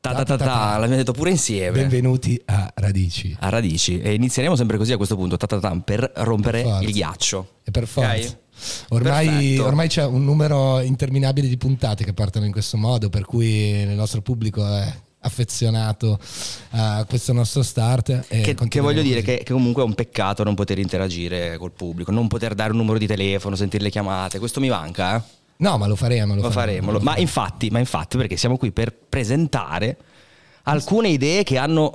L'abbiamo detto pure insieme. Benvenuti a Radici. A Radici. E inizieremo sempre così a questo punto, per rompere il ghiaccio. E per forza. Okay? Ormai c'è un numero interminabile di puntate che partono in questo modo, per cui il nostro pubblico è affezionato a questo nostro start. Che voglio dire che comunque è un peccato non poter interagire col pubblico, non poter dare un numero di telefono, sentire le chiamate. Questo mi manca, No, ma lo faremo. Ma infatti, perché siamo qui per presentare alcune idee che hanno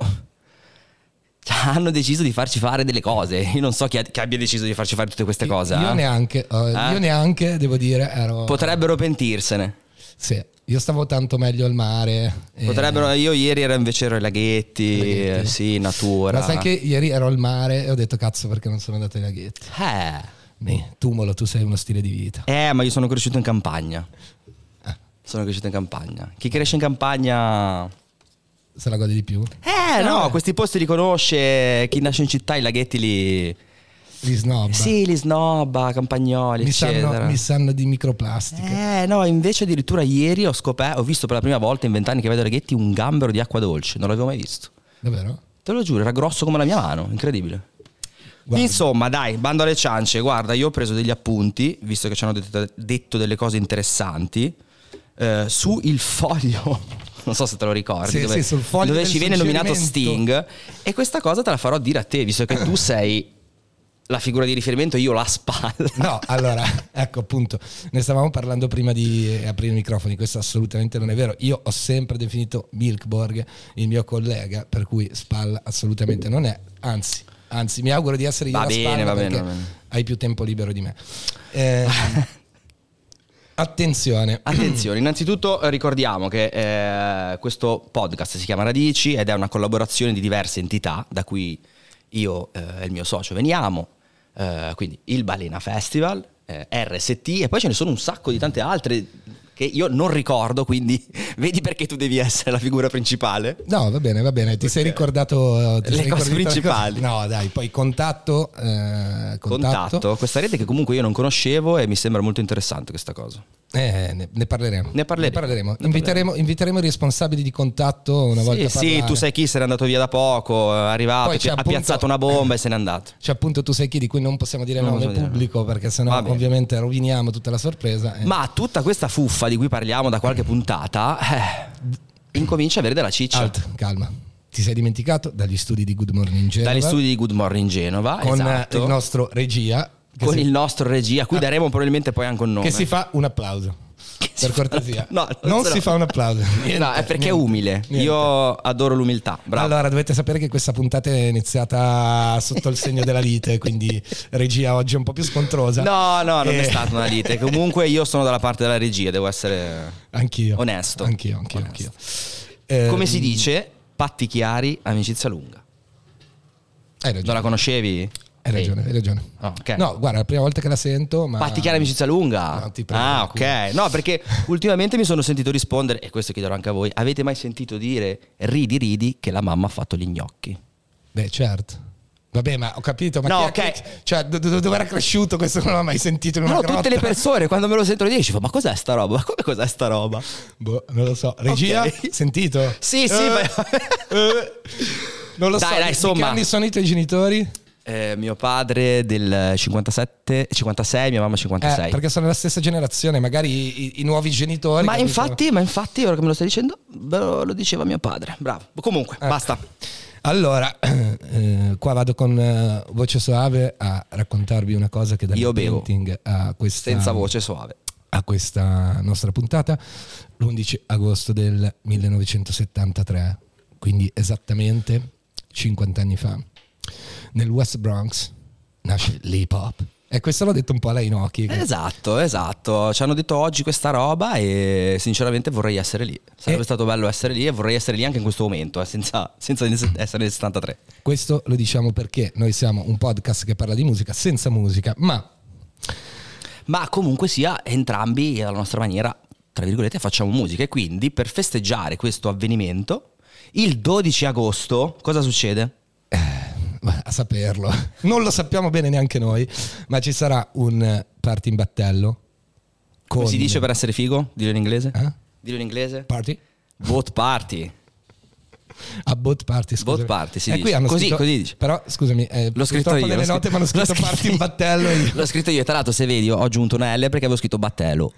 deciso di farci fare delle cose. Io non so chi abbia deciso di farci fare tutte queste cose. Io neanche, devo dire, potrebbero pentirsene. Sì, io stavo tanto meglio al mare. Io ieri invece ero ai laghetti. Sì, natura. Ma sai che ieri ero al mare e ho detto cazzo, perché non sono andato ai laghetti? Tumolo, tu sei uno stile di vita. Ma io sono cresciuto in campagna. Chi cresce in campagna se la gode di più. No, questi posti li conosce. Chi nasce in città i laghetti li snobba. Sì, li snobba, campagnoli, eccetera. Mi sanno di microplastica. No, invece addirittura ieri ho visto per la prima volta in 20 anni che vedo laghetti un gambero di acqua dolce. Non l'avevo mai visto. Davvero? Te lo giuro, era grosso come la mia mano, incredibile. Guarda. Insomma, dai, bando alle ciance. Guarda, io ho preso degli appunti, visto che ci hanno detto delle cose interessanti. Su il foglio, non so se te lo ricordi, sì, sul foglio dove ci viene nominato Sting. E questa cosa te la farò dire a te, visto che tu sei la figura di riferimento, io la spalla. No, allora, ecco appunto, ne stavamo parlando prima di aprire i microfoni. Questo assolutamente non è vero. Io ho sempre definito Milkborg il mio collega, per cui spalla assolutamente non è. Anzi, mi auguro di essere io la spalla, perché hai più tempo libero di me. Attenzione, innanzitutto ricordiamo che questo podcast si chiama Radici ed è una collaborazione di diverse entità, da cui io e il mio socio veniamo, quindi il Balena Festival, RST, e poi ce ne sono un sacco di tante altre che io non ricordo, quindi vedi perché tu devi essere la figura principale. No, va bene, ti sei ricordato le cose principali. No, dai, poi contatto, questa rete che comunque io non conoscevo e mi sembra molto interessante questa cosa. Ne parleremo. Inviteremo i responsabili di contatto una volta. Sì, tu sai chi, se n'è andato via da poco, è arrivato, ha piazzato una bomba e se n'è andato. C'è appunto tu sai chi, di cui non possiamo dire nome pubblico, perché sennò ovviamente roviniamo tutta la sorpresa. Ma tutta questa fuffa di cui parliamo da qualche puntata incomincia a avere della ciccia. Calma. Ti sei dimenticato dagli studi di Good Morning Genova. Con esatto. Il nostro regia. Il nostro regia, a cui daremo probabilmente poi anche un nome. Che si fa un applauso. Per cortesia. No, non si fa un applauso. No, è perché è umile. Io adoro l'umiltà. Bravo. Allora, dovete sapere che questa puntata è iniziata sotto il segno della lite, quindi regia oggi è un po' più scontrosa. No, non è stata una lite. Comunque io sono dalla parte della regia, devo essere onesto. Anch'io. Come si dice, patti chiari, amicizia lunga. Hai ragione. Non la conoscevi? Hai ragione. Oh, okay. No, guarda, è la prima volta che la sento, ma... Patti chiara, amicizia lunga? No, ti prego, ok. No, perché ultimamente mi sono sentito rispondere, e questo chiederò anche a voi, avete mai sentito dire ridi che la mamma ha fatto gli gnocchi? Beh, certo. Vabbè, ma ho capito, ma no, cioè dove era cresciuto questo? Non l'ho mai sentito in una grotta. Tutte le persone quando me lo sentono dire dicono: ma cos'è sta roba? Ma come cos'è sta roba? Boh, non lo so. Regia? Sentito? Sì. Non lo so. Dai, insomma. Che anni sono i tuoi genitori? Mio padre del 56, mia mamma 56. Perché sono la stessa generazione, magari i nuovi genitori. Ma infatti, ora che me lo stai dicendo, lo diceva mio padre. Bravo. Comunque, basta. Allora, qua vado con voce soave a raccontarvi una cosa che dà il painting a questa, senza voce soave, a questa nostra puntata. L'11 agosto del 1973, quindi esattamente 50 anni fa, nel West Bronx nasce l'hip hop. E questo l'ho detto un po' a lei, Noki. Esatto. Ci hanno detto oggi questa roba e sinceramente vorrei essere lì. Sarebbe stato bello essere lì e vorrei essere lì anche in questo momento, senza essere nel 73. Questo lo diciamo perché noi siamo un podcast che parla di musica senza musica, ma comunque sia, entrambi alla nostra maniera, tra virgolette, facciamo musica. E quindi per festeggiare questo avvenimento, il 12 agosto, cosa succede? A saperlo, non lo sappiamo bene neanche noi, ma ci sarà un party in battello. Come si dice per essere figo? Dillo in inglese. Dillo in inglese. Party. Boat party. A Boat Party, scusami. Boat Party, si qui dice. hanno Così, scritto, così dice. Però scusami, l'ho scritto io. nelle note mi hanno scritto Party in battello. L'ho scritto io, tra l'altro se vedi ho aggiunto una L perché avevo scritto battello.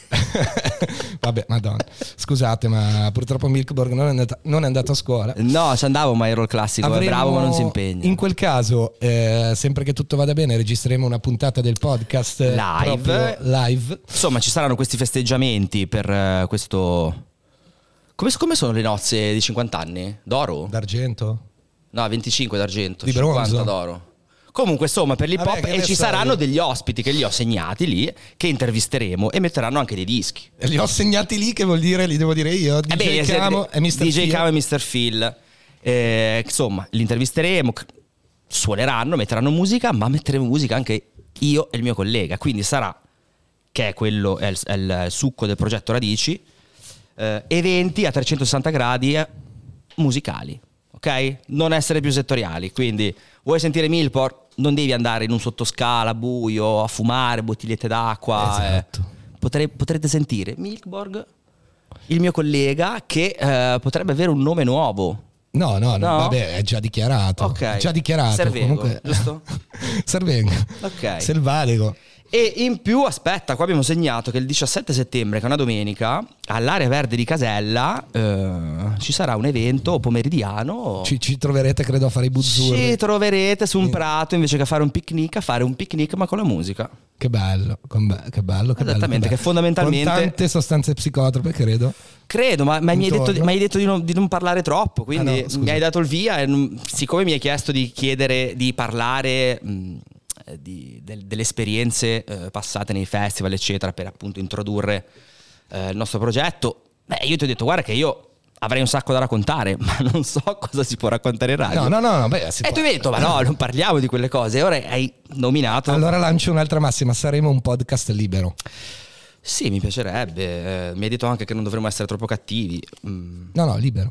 Vabbè, madonna, scusate, ma purtroppo Milkborg non è andato a scuola. No, ci andavo, ma ero il classico, è bravo ma non si impegna. In quel caso, sempre che tutto vada bene, registreremo una puntata del podcast live. Insomma, ci saranno questi festeggiamenti per questo... Come sono le nozze di 50 anni? D'oro? D'argento? No, 25 d'argento, Di 50 bronzo? d'oro. Comunque, insomma, per l'hip hop, Vabbè, che e ne ci so saranno io. degli ospiti che li ho segnati lì, che intervisteremo e metteranno anche dei dischi. E li ho segnati lì, che vuol dire? Li devo dire io? DJ Camo e Mr. DJ Phil. Camo e Mr. Phil. Insomma, li intervisteremo, suoneranno, metteranno musica, ma metteremo musica anche io e il mio collega. Quindi sarà, che è quello, è il succo del progetto Radici, eventi a 360 gradi musicali, ok? Non essere più settoriali. Quindi vuoi sentire Milport? Non devi andare in un sottoscala buio a fumare bottigliette d'acqua. Esatto. Potrete sentire Milkborg, il mio collega, che potrebbe avere un nome nuovo. No, vabbè, è già dichiarato. Ok. Già dichiarato. Servengo, comunque, giusto? Servengo. Ok. Selvatico. E in più, aspetta, qua abbiamo segnato che il 17 settembre, che è una domenica, all'Area Verde di Casella ci sarà un evento pomeridiano. Ci troverete, credo, a fare i buzzurri. Ci troverete su un prato invece che a fare un picnic ma con la musica. Che bello, che bello. Esattamente, che fondamentalmente... Con tante sostanze psicotrope, credo. Credo, ma mi hai detto di non parlare troppo, quindi no, scusa. mi hai dato il via e siccome mi hai chiesto di chiedere di parlare delle esperienze passate nei festival eccetera per appunto introdurre il nostro progetto, io ti ho detto guarda che io avrei un sacco da raccontare, ma non so cosa si può raccontare in radio. No, e tu hai detto ma no, non parliamo di quelle cose, e ora hai nominato. Allora lancio un'altra massima: saremo un podcast libero. Sì, mi piacerebbe. Mi hai detto anche che non dovremmo essere troppo cattivi. No, libero.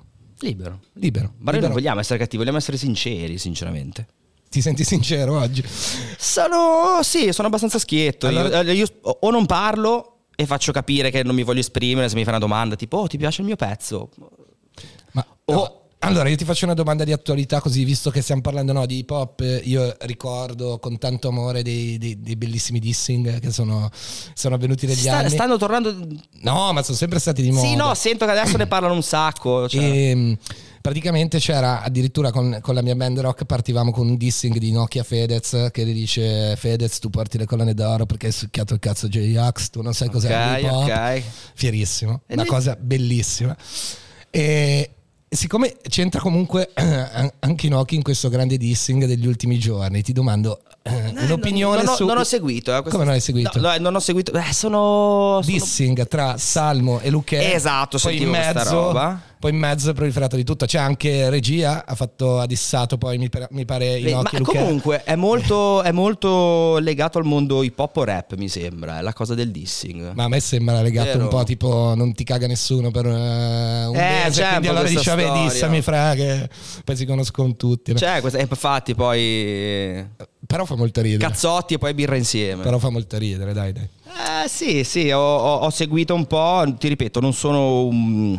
Ma noi non vogliamo essere cattivi, vogliamo essere sinceri, sinceramente. Ti senti sincero oggi? Sono abbastanza schietto. Allora... Io o non parlo e faccio capire che non mi voglio esprimere se mi fai una domanda tipo ti piace il mio pezzo? Ma allora io ti faccio una domanda di attualità, così, visto che stiamo parlando di hip hop. Io ricordo con tanto amore dei bellissimi dissing che sono avvenuti negli anni. Stanno tornando. No, ma sono sempre stati di moda. Sì, no, sento che adesso ne parlano un sacco, cioè. E praticamente c'era addirittura con la mia band rock, partivamo con un dissing di Nokia Fedez che le dice: Fedez, tu porti le collane d'oro perché hai succhiato il cazzo J-Ax, tu non sai cos'è l'hip hop. Ok. Fierissimo, una cosa bellissima. E siccome c'entra comunque anche Nokia in questo grande dissing degli ultimi giorni, ti domando un'opinione su... Non ho seguito. Come non hai seguito? No, non ho seguito. Sono dissing tra Salmo e Luché. Esatto, poi sentivo questa roba. Poi in mezzo è proliferato di tutto. C'è anche Regia, ha dissato poi mi pare Inoki. Ma comunque è molto legato al mondo hip hop o rap, mi sembra, è la cosa del dissing. Ma a me sembra legato un po' tipo non ti caga nessuno per un mese, quindi allora dice vabbè dissami fra, che poi si conoscono tutti, no? C'è questa, infatti poi però fa molto ridere. Cazzotti e poi birra insieme. Però fa molto ridere, dai. Sì, ho seguito un po', ti ripeto, non sono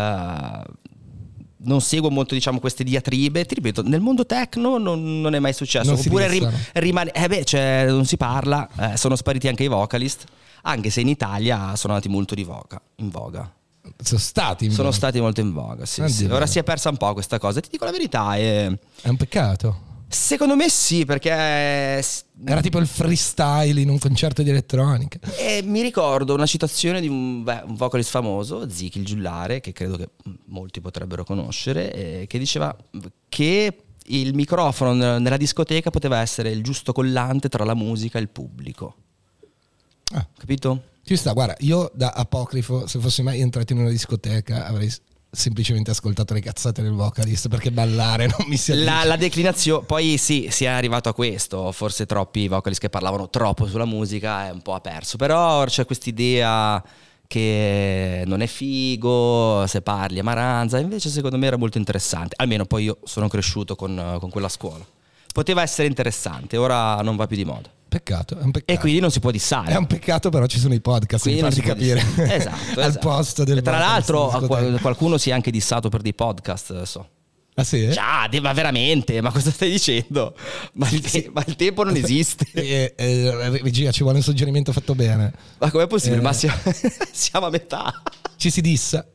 non seguo molto, diciamo, queste diatribe. Ti ripeto, nel mondo techno non è mai successo. Non oppure rimane non si parla. Sono spariti anche i vocalist, anche se in Italia sono andati molto in voga. Sono stati molto in voga, sì. Ora si è persa un po' questa cosa. Ti dico la verità, è un peccato. Secondo me sì, perché era tipo il freestyle in un concerto di elettronica. Mi ricordo una citazione di un vocalist famoso, Zichi il Giullare, che credo che molti potrebbero conoscere, che diceva che il microfono nella discoteca poteva essere il giusto collante tra la musica e il pubblico. Capito? Ci sta, guarda, io da apocrifo, se fossi mai entrato in una discoteca avrei semplicemente ascoltato le cazzate del vocalist, perché ballare non mi si addice. La declinazione, poi sì, si è arrivato a questo, forse troppi vocalist che parlavano troppo sulla musica è un po' ha perso, però c'è quest'idea che non è figo se parli a maranza, invece secondo me era molto interessante, almeno poi io sono cresciuto con quella scuola, poteva essere interessante, ora non va più di moda. Peccato, è un peccato. E quindi non si può dissare. È un peccato, però ci sono i podcast, quindi per farti capire. Esatto. Al posto del tra l'altro qualcuno si è anche dissato per dei podcast, so. Ah sì? Ma veramente, ma cosa stai dicendo? Ma il tempo non esiste. Regia, ci vuole un suggerimento fatto bene. Ma com'è possibile? Ma siamo a metà. Ci si dissa.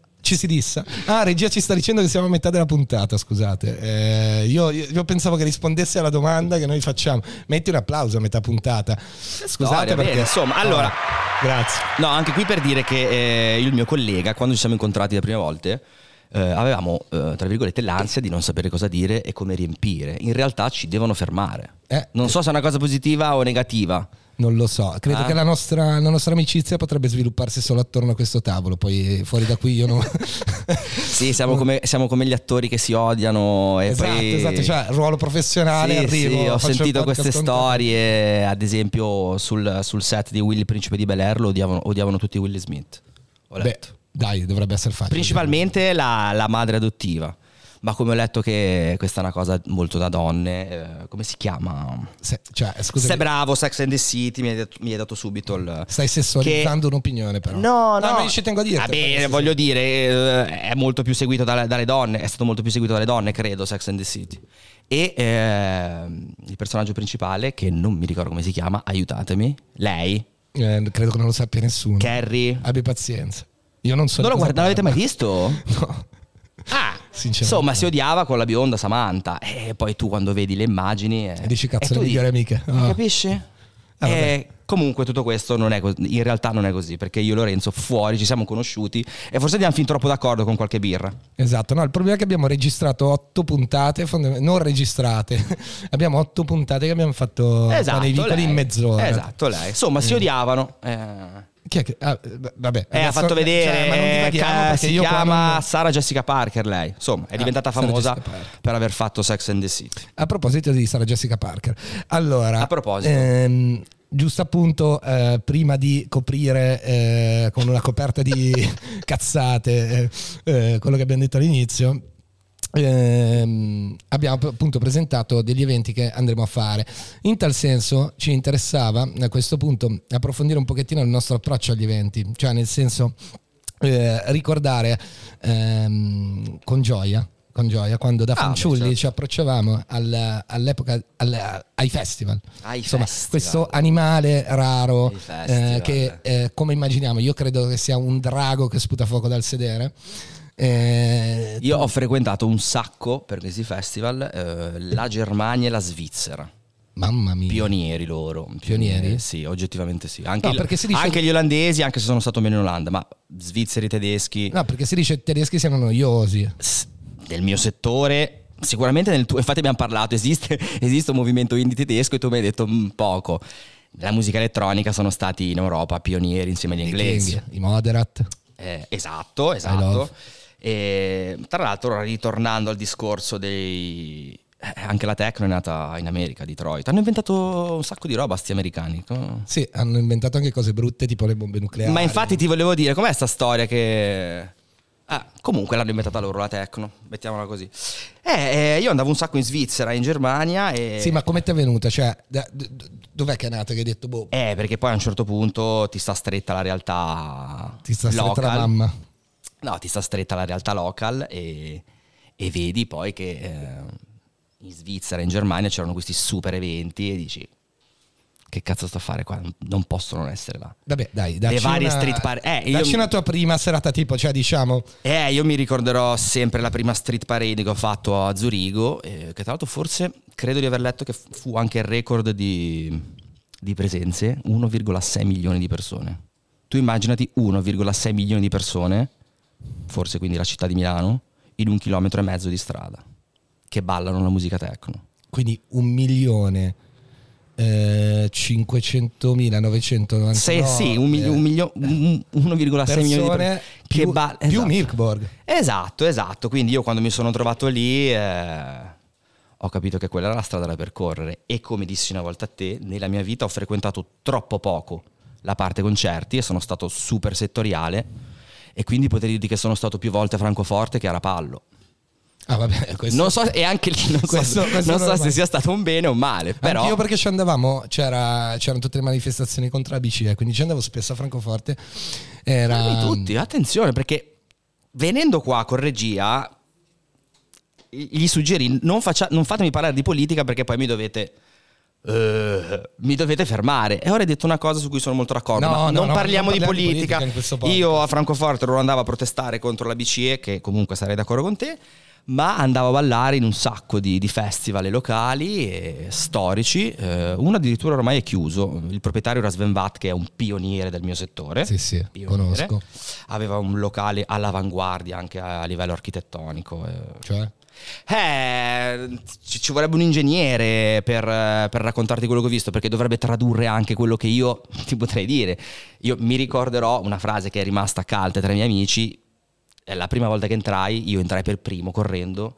Ah, regia ci sta dicendo che siamo a metà della puntata, scusate. Io pensavo che rispondesse alla domanda che noi facciamo. Metti un applauso a metà puntata. Scusate perché bene, insomma, allora, grazie. No, anche qui per dire che io e il mio collega, quando ci siamo incontrati le prime volte, avevamo, tra virgolette, l'ansia di non sapere cosa dire e come riempire. In realtà ci devono fermare. Non so se è una cosa positiva o negativa. Non lo so, credo che la nostra amicizia potrebbe svilupparsi solo attorno a questo tavolo, poi fuori da qui io non... Sì, siamo come gli attori che si odiano. Esatto, cioè ruolo professionale, arrivo. Sì, ho sentito queste storie, ad esempio sul set di Willy Principe di Bel-Air lo odiavano tutti Will Smith. Ho letto. Beh, dai, dovrebbe essere facile. Principalmente la madre adottiva. Ma come ho letto che questa è una cosa molto da donne, come si chiama? Sei bravo, Sex and the City, mi hai dato subito il... Stai sessualizzando un'opinione però. No, io ci tengo a dire. Vabbè, voglio dire, è molto più seguito dalle donne, è stato molto più seguito dalle donne, credo, Sex and the City. E il personaggio principale, che non mi ricordo come si chiama, aiutatemi, lei? Credo che non lo sappia nessuno. Carrie? Abbi pazienza. Io non so. Non lo guardate, l'avete mai visto? No. Insomma, si odiava con la bionda Samantha. E poi tu quando vedi le immagini e dici cazzo, le migliori amiche. Capisci? Comunque tutto questo non è così. In realtà non è così, perché io e Lorenzo fuori ci siamo conosciuti e forse andiamo fin troppo d'accordo con qualche birra. Esatto, no, il problema è che abbiamo registrato 8 puntate, non registrate. Abbiamo 8 puntate che abbiamo fatto nei vicoli in mezz'ora. Esatto, lei. Insomma, si odiavano. Chi è che... vabbè, ha fatto vedere, ma non divaghiamo, si chiama Sarah Jessica Parker, lei. Insomma, è diventata famosa per aver fatto Sex and the City. A proposito di Sarah Jessica Parker, allora, a proposito, giusto appunto, prima di coprire con una coperta di cazzate quello che abbiamo detto all'inizio, abbiamo appunto presentato degli eventi che andremo a fare. In tal senso ci interessava a questo punto approfondire un pochettino il nostro approccio agli eventi, cioè nel senso ricordare con gioia quando da fanciulli ci approcciavamo all'epoca ai festival. Insomma, questo animale raro che come immaginiamo, io credo che sia un drago che sputa fuoco dal sedere. Io ho frequentato un sacco per questi festival la Germania e la Svizzera. Mamma mia. Pionieri loro. Pionieri? Sì, oggettivamente sì. Anche, no, perché si dice... anche gli olandesi, anche se sono stato meno in Olanda, ma svizzeri, tedeschi. No, perché si dice che i tedeschi siano noiosi. Del mio settore, sicuramente nel tuo, infatti abbiamo parlato, esiste un movimento indie tedesco e tu mi hai detto poco. La musica elettronica sono stati in Europa pionieri insieme agli inglesi. I Moderat. Esatto. E tra l'altro, ritornando al discorso dei... anche la techno è nata in America, a Detroit. Hanno inventato un sacco di roba sti americani. Sì, hanno inventato anche cose brutte tipo le bombe nucleari. Ma infatti ti volevo dire, com'è sta storia che... comunque l'hanno inventata loro la techno, mettiamola così. Io andavo un sacco in Svizzera, in Germania e... Sì, ma come ti è venuta? Cioè, dov'è che è nata che hai detto boh? Perché poi a un certo punto ti sta stretta la realtà. Ti sta stretta local. la mamma. No, ti sta stretta la realtà local e vedi poi che in Svizzera, in Germania c'erano questi super eventi e dici... Che cazzo sto a fare qua? Non posso non essere là. Vabbè, dai, le varie street parade. Dacci una tua prima serata tipo, cioè diciamo. Io mi ricorderò sempre la prima street parade che ho fatto a Zurigo, che tra l'altro forse credo di aver letto che fu anche il record di presenze, 1,6 milioni di persone. Tu immaginati 1,6 milioni di persone, forse quindi la città di Milano, in 1,5 chilometri di strada, che ballano la musica techno. Quindi 1.500.999 sì, 1,6 milioni più esatto. Milkborg. Esatto. Quindi io quando mi sono trovato lì ho capito che quella era la strada da percorrere e come dissi una volta a te, nella mia vita ho frequentato troppo poco la parte concerti e sono stato super settoriale e quindi potrei dirti che sono stato più volte a Francoforte che a Rapallo. Ah, vabbè, questo... Non so, e anche lì non so se sia stato un bene o un male. Però io perché ci andavamo, c'erano tutte le manifestazioni contro la BCE, quindi ci andavo spesso a Francoforte. Tutti, attenzione, perché venendo qua con regia gli suggerì non fatemi parlare di politica perché poi mi dovete fermare. E ora hai detto una cosa su cui sono molto d'accordo, ma non parliamo di politica in questo podcast. Io a Francoforte non andavo a protestare contro la BCE, che comunque sarei d'accordo con te, ma andavo a ballare in un sacco di festival locali e storici. Uno addirittura ormai è chiuso. Il proprietario era Sven Vath, che è un pioniere del mio settore. Sì, Pioniere. conosco. Aveva un locale all'avanguardia anche a livello architettonico. Cioè? Ci vorrebbe un ingegnere per raccontarti quello che ho visto, perché dovrebbe tradurre anche quello che io ti potrei dire. Io mi ricorderò una frase che è rimasta calda tra i miei amici. La prima volta che entrai, io entrai per primo correndo,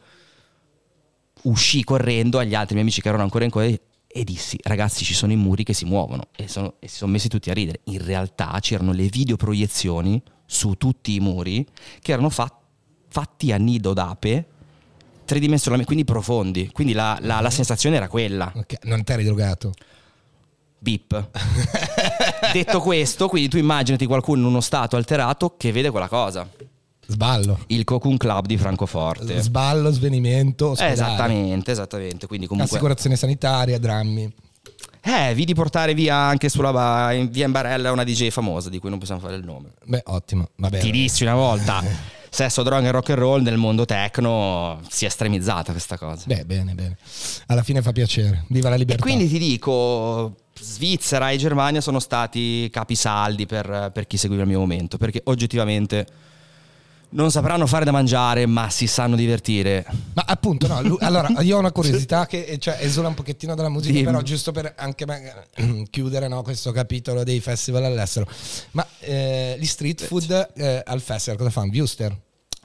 uscì correndo agli altri miei amici che erano ancora in coda e dissi: ragazzi, ci sono i muri che si muovono, e si sono messi tutti a ridere. In realtà c'erano le videoproiezioni su tutti i muri che erano fatti a nido d'ape, tridimensionalmente, quindi profondi, quindi la sensazione era quella. Okay. Non ti eri drogato? Bip. Detto questo, quindi tu immaginati qualcuno in uno stato alterato che vede quella cosa. Sballo. Il Cocoon Club di Francoforte. Sballo, svenimento, ospedale. Esattamente. Quindi comunque assicurazione sanitaria, drammi. Vidi portare via anche via in Barella una DJ famosa di cui non possiamo fare il nome. Beh, ottimo. Vabbè. Ti dissi una volta, sesso, droga e rock and roll nel mondo techno si è estremizzata questa cosa. Beh, bene. Alla fine fa piacere. Viva la libertà. E quindi ti dico, Svizzera e Germania sono stati capisaldi per chi seguiva il mio momento, perché oggettivamente non sapranno fare da mangiare, ma si sanno divertire. Ma appunto, no, allora io ho una curiosità che esula un pochettino dalla musica, Dimmi. però giusto per anche chiudere, no, questo capitolo dei festival all'estero. Ma gli street food al festival cosa fanno? Wuster?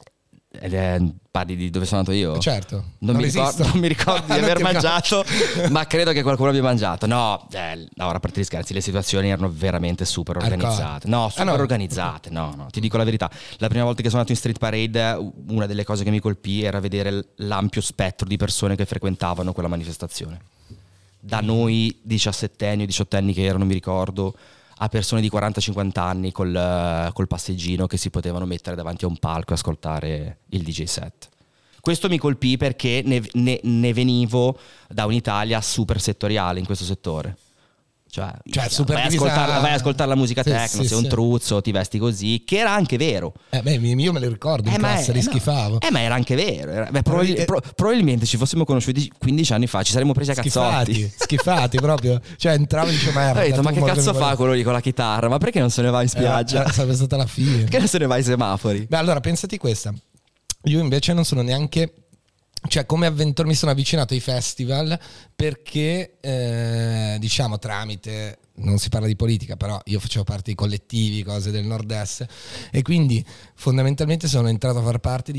Parli di dove sono andato io? Certo. Non mi ricordo di aver mangiato, ma credo che qualcuno abbia mangiato. No, ora a parte gli scherzi, le situazioni erano veramente super organizzate. No, super organizzate. No, ti dico la verità. La prima volta che sono andato in Street Parade, una delle cose che mi colpì era vedere l'ampio spettro di persone che frequentavano quella manifestazione. Da noi 17enni o 18enni che erano, mi ricordo, a persone di 40-50 anni col passeggino che si potevano mettere davanti a un palco e ascoltare il DJ set. Questo mi colpì perché ne venivo da un'Italia super settoriale in questo settore. Cioè super vai a ascoltare la musica techno, sei un truzzo, ti vesti così, che era anche vero. Io me lo ricordo, in classe schifavo. Ma era anche vero. Probabilmente ci fossimo conosciuti 15 anni fa, ci saremmo presi a cazzotti. Schifati proprio. Cioè entravo e dicevo merda. Ho detto, ma che cazzo fa quello lì con la chitarra? Ma perché non se ne va in spiaggia? Sarebbe stata la fine. Perché non se ne va ai semafori? Beh, allora pensati questa. Io invece non sono neanche... Cioè, come avventore mi sono avvicinato ai festival perché, diciamo, tramite, non si parla di politica, però io facevo parte di collettivi, cose del nord-est, e quindi fondamentalmente sono entrato a far parte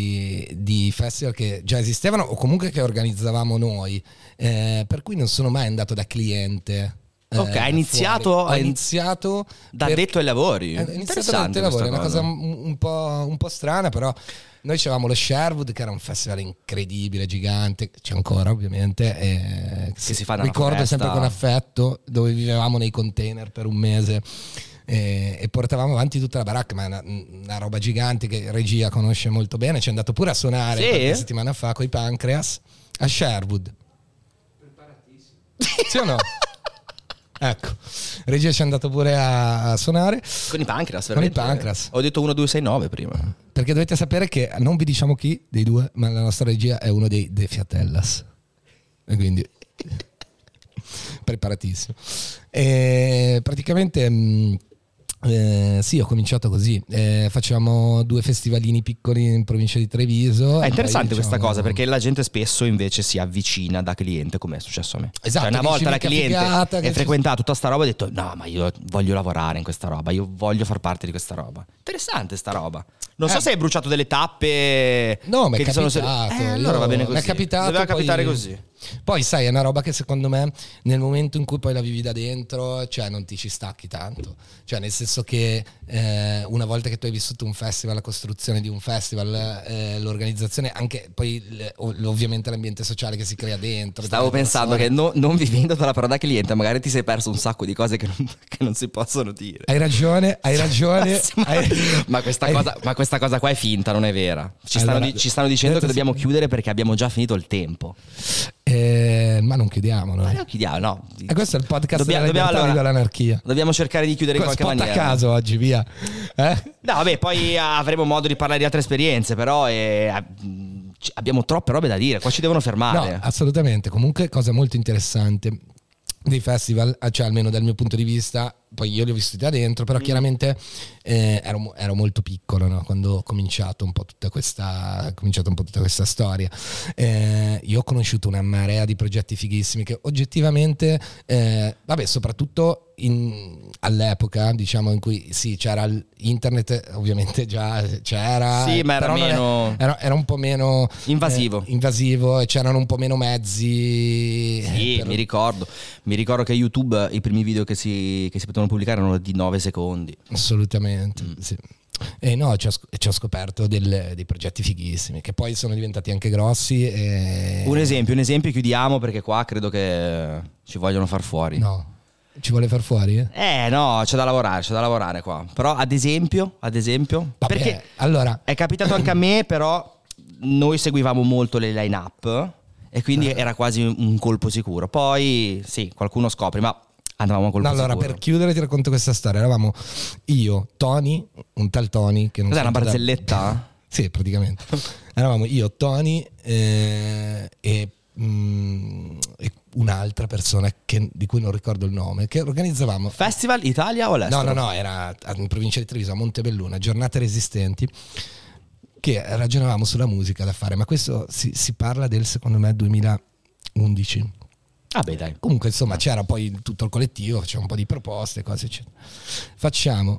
di festival che già esistevano o comunque che organizzavamo noi, per cui non sono mai andato da cliente. Ok, hai iniziato da addetto ai lavori. Interessante, è una cosa un po' strana, però noi avevamo lo Sherwood, che era un festival incredibile, gigante, c'è ancora ovviamente, che si fa ricordo foresta. sempre con affetto, dove vivevamo nei container per un mese e portavamo avanti tutta la baracca, ma è una roba gigante che regia conosce molto bene. Ci è andato pure a suonare qualche settimana fa con i Pancreas a Sherwood. Preparatissimo. Sì o no? Ecco, regia ci è andato pure a suonare con i Pancreas, veramente? Con i Pancreas. Ho detto 1269 prima. Perché dovete sapere che non vi diciamo chi dei due, ma la nostra regia è uno dei De Fiatellas. E quindi preparatissimo. E praticamente sì, ho cominciato così. Facevamo 2 festivalini piccoli in provincia di Treviso. È interessante questa cosa, perché la gente spesso invece si avvicina da cliente, come è successo a me. Esatto, cioè, una volta la cliente è frequentata tutta sta roba, ha detto no, ma io voglio lavorare in questa roba, io voglio far parte di questa roba. Interessante sta roba. Non so se hai bruciato delle tappe. No, ma è che capitato. allora va bene così. È capitato. Doveva capitare così. Poi sai, è una roba che secondo me nel momento in cui poi la vivi da dentro, cioè non ti ci stacchi tanto, cioè nel senso che una volta che tu hai vissuto un festival, la costruzione di un festival, l'organizzazione, anche poi ovviamente l'ambiente sociale che si crea dentro. Stavo pensando che non vivendo dalla parola cliente magari ti sei perso un sacco di cose che non si possono dire. Hai ragione. Ma questa cosa qua è finta, non è vera. Ci stanno dicendo che dobbiamo chiudere perché abbiamo già finito il tempo. Ma non chiudiamo noi. Ma non chiudiamo, no. E questo è il podcast della libertà e dell'anarchia. Dobbiamo cercare di chiudere in qualche maniera. A caso oggi, via. No, vabbè, poi avremo modo di parlare di altre esperienze, però abbiamo troppe robe da dire, qua ci devono fermare. No, assolutamente. Comunque, cosa molto interessante dei festival, cioè almeno dal mio punto di vista, poi io li ho vissuti da dentro, però chiaramente ero molto piccolo, no? Quando ho cominciato un po' tutta questa storia. Io ho conosciuto una marea di progetti fighissimi che oggettivamente, soprattutto all'epoca, diciamo, in cui sì, c'era internet, ovviamente già c'era, sì, ma era un po' meno invasivo e c'erano un po' meno mezzi. Sì, mi ricordo che YouTube i primi video che si potevano pubblicare erano di 9 secondi. Assolutamente, sì. E no, ci ho scoperto dei progetti fighissimi che poi sono diventati anche grossi. Un esempio, chiudiamo perché qua credo che ci vogliono far fuori. No. Ci vuole far fuori? No, c'è da lavorare qua. Però ad esempio, vabbè, perché allora è capitato anche a me, però noi seguivamo molto le line-up e quindi era quasi un colpo sicuro. Poi sì, qualcuno scopre, ma andavamo a colpo sicuro. Allora, per chiudere ti racconto questa storia. Eravamo io, Tony, un tal Tony che non cos'è, una barzelletta? Sì, praticamente. Eravamo io, Tony e un'altra persona di cui non ricordo il nome, che organizzavamo Festival Italia o all'estero? No, era in provincia di Treviso, a Montebelluna, giornate resistenti, che ragionavamo sulla musica da fare, ma questo si parla del, secondo me, 2011. Ah beh, dai. Comunque insomma c'era poi tutto il collettivo, c'era un po' di proposte, cose eccetera. Facciamo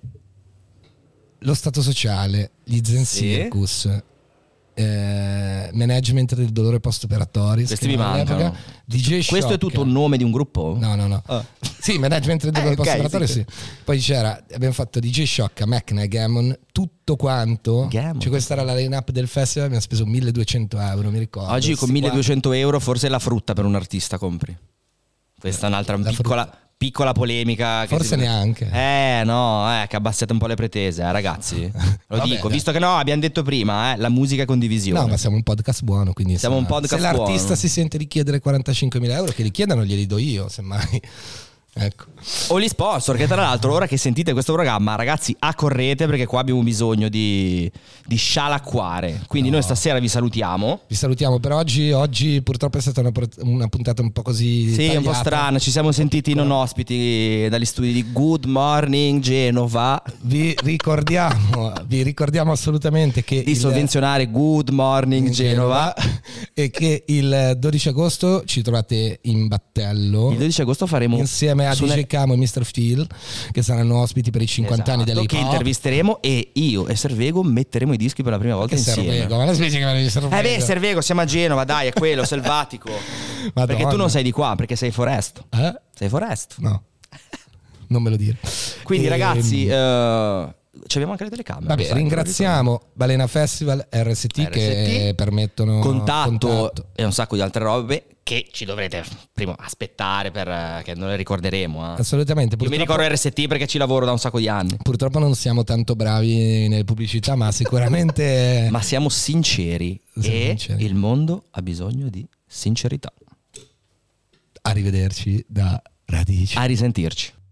lo Stato Sociale, gli Zen Circus, Management del dolore post-operatorio. Questi mi mancano. DJ Shock. Questo è tutto un nome di un gruppo? No. Oh. Sì, Management del dolore post-operatorio, sì. Poi abbiamo fatto DJ Shock, Mechna e Gammon, tutto quanto. Cioè questa era la line-up del festival, abbiamo speso 1.200 euro, mi ricordo. Oggi con 1.200 euro forse la frutta per un artista compri. Questa è un'altra piccola polemica. Forse neanche. Che abbassiate un po' le pretese, ragazzi. Lo dico, visto che abbiamo detto prima, la musica è condivisione. No, ma siamo un podcast buono, quindi siamo un podcast se l'artista buono. Si sente di chiedere 45.000 euro, che li chiedano glieli do io, semmai. Ecco. O gli sponsor, che tra l'altro ora che sentite questo programma, ragazzi, accorrete perché qua abbiamo bisogno di scialacquare. Quindi noi stasera vi salutiamo. Per oggi purtroppo è stata una puntata un po' così tagliata. Un po' strana. Ci siamo sentiti non ospiti dagli studi di Good Morning Genova. Vi ricordiamo assolutamente che di sovvenzionare Good Morning Genova e che il 12 agosto ci trovate in battello. Il 12 agosto faremo insieme a DJ Camo e Mr. Phil, che saranno ospiti per i 50 anni dell'hip hop, che intervisteremo, e io e Servego metteremo i dischi per la prima volta insieme. Servego, ma la specie che Servego. Servego, siamo a Genova, dai, è quello selvatico. Madonna. Perché tu non sei di qua, perché sei Foresto. Sei Foresto? No, non me lo dire. Quindi ragazzi, abbiamo anche le telecamere. Vabbè, ringraziamo Balena Festival, RST che permettono contatto e un sacco di altre robe che ci dovrete prima aspettare che non le ricorderemo. Assolutamente. Io mi ricordo RST perché ci lavoro da un sacco di anni. Purtroppo non siamo tanto bravi nelle pubblicità, ma sicuramente ma siamo sinceri. Il mondo ha bisogno di sincerità. Arrivederci da Radici. A risentirci.